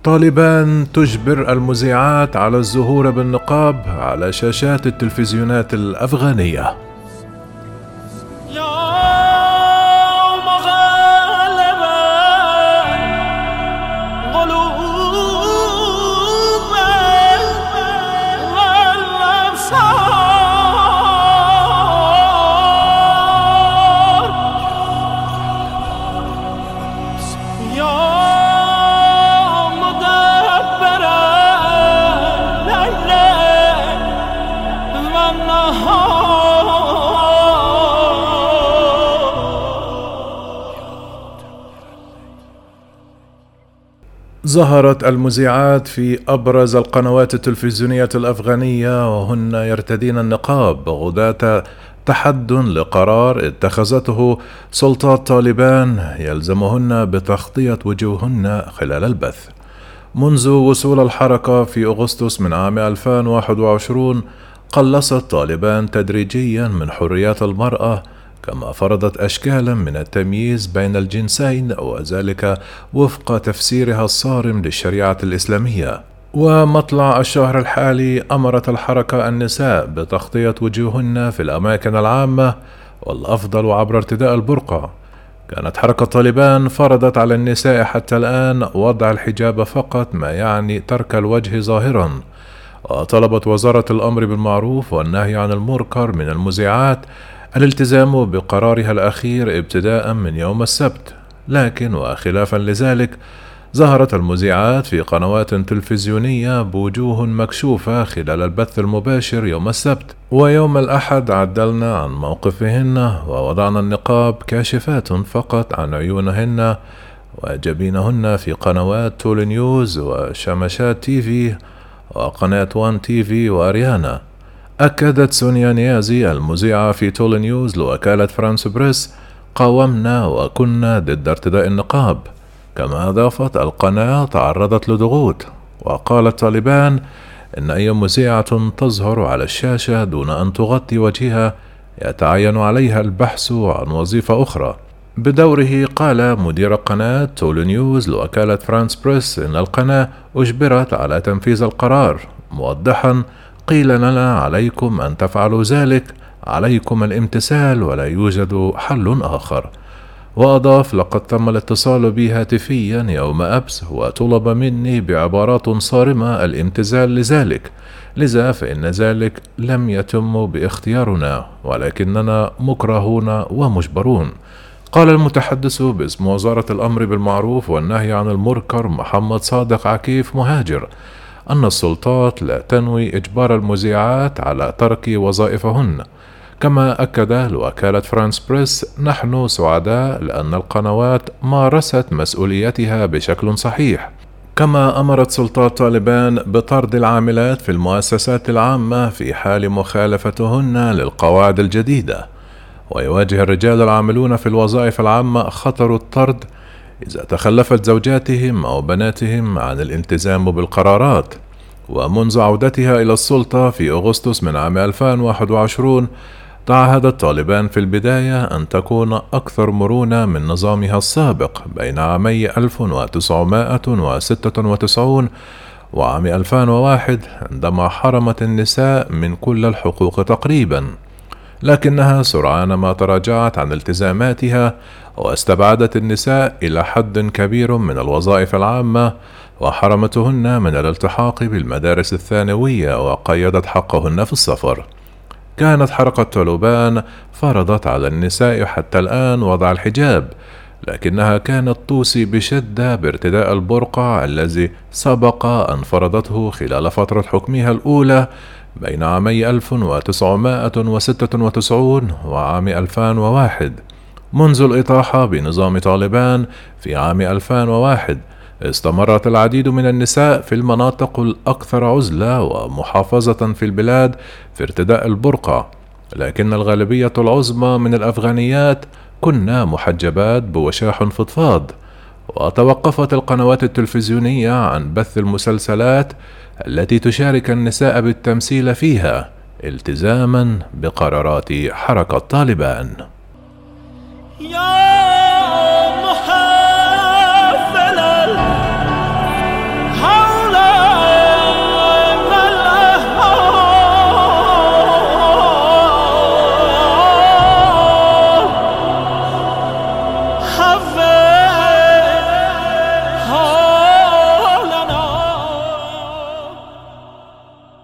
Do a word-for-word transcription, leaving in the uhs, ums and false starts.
طالبان تجبر المذيعات على الظهور بالنقاب على شاشات التلفزيونات الأفغانية. ظهرت المذيعات في أبرز القنوات التلفزيونية الأفغانية وهن يرتدين النقاب غداة تحد لقرار اتخذته سلطات طالبان يلزمهن بتغطية وجوههن خلال البث. منذ وصول الحركة في أغسطس من عام ألفين وواحد وعشرين قلصت طالبان تدريجيا من حريات المرأة، كما فرضت أشكالا من التمييز بين الجنسين، وذلك وفق تفسيرها الصارم للشريعة الإسلامية. ومطلع الشهر الحالي أمرت الحركة النساء بتغطية وجوههن في الأماكن العامة، والأفضل عبر ارتداء البرقع. كانت حركة طالبان فرضت على النساء حتى الآن وضع الحجاب فقط، ما يعني ترك الوجه ظاهرا. وطلبت وزارة الأمر بالمعروف والنهي عن المنكر من المذيعات الالتزام بقرارها الأخير ابتداء من يوم السبت، لكن وخلافا لذلك ظهرت المذيعات في قنوات تلفزيونية بوجوه مكشوفة خلال البث المباشر يوم السبت، ويوم الأحد عدلنا عن موقفهن ووضعنا النقاب كاشفات فقط عن عيونهن وجبينهن في قنوات تول نيوز وشمشات تي في وقناة وان تي في وأريانا. أكدت سونيا نيازي المذيعة في تول نيوز لوكالة فرانس بريس: قاومنا وكنا ضد ارتداء النقاب. كما أضافت: القناة تعرضت لضغوط. وقالت طالبان إن أي مذيعة تظهر على الشاشة دون أن تغطي وجهها يتعين عليها البحث عن وظيفة أخرى. بدوره قال مدير قناة تول نيوز لوكالة فرانس بريس إن القناة أجبرت على تنفيذ القرار، موضحا: قيل لنا عليكم أن تفعلوا ذلك، عليكم الامتثال ولا يوجد حل آخر. وأضاف: لقد تم الاتصال بي هاتفيا يوم أمس وطلب مني بعبارات صارمة الامتثال لذلك، لذا فإن ذلك لم يتم باختيارنا، ولكننا مكرهون ومجبرون. قال المتحدث باسم وزارة الأمر بالمعروف والنهي عن المنكر محمد صادق عكيف مهاجر أن السلطات لا تنوي إجبار المذيعات على ترك وظائفهن. كما أكد لوكالة فرانس بريس: نحن سعداء لأن القنوات مارست مسؤوليتها بشكل صحيح. كما أمرت سلطات طالبان بطرد العاملات في المؤسسات العامة في حال مخالفتهن للقواعد الجديدة. ويواجه الرجال العاملون في الوظائف العامة خطر الطرد إذا تخلفت زوجاتهم أو بناتهم عن الالتزام بالقرارات. ومنذ عودتها إلى السلطة في أغسطس من عام ألفين وواحد وعشرين تعهدت طالبان في البداية أن تكون أكثر مرونة من نظامها السابق بين عامي ألف وتسعمائة وستة وتسعين وعام ألفين وواحد، عندما حرمت النساء من كل الحقوق تقريبا، لكنها سرعان ما تراجعت عن التزاماتها واستبعدت النساء إلى حد كبير من الوظائف العامة وحرمتهن من الالتحاق بالمدارس الثانوية وقيدت حقهن في السفر. كانت حركة طالبان فرضت على النساء حتى الآن وضع الحجاب، لكنها كانت توصي بشدة بارتداء البرقع الذي سبق أن فرضته خلال فترة حكمها الأولى بين عامي ألف وتسعمائة وستة وتسعين وعام ألفين وواحد. منذ الإطاحة بنظام طالبان في عام ألفين وواحد استمرت العديد من النساء في المناطق الأكثر عزلة ومحافظة في البلاد في ارتداء البرقع، لكن الغالبية العظمى من الأفغانيات كنا محجبات بوشاح فضفاض. وتوقفت القنوات التلفزيونية عن بث المسلسلات التي تشارك النساء بالتمثيل فيها التزاما بقرارات حركة طالبان.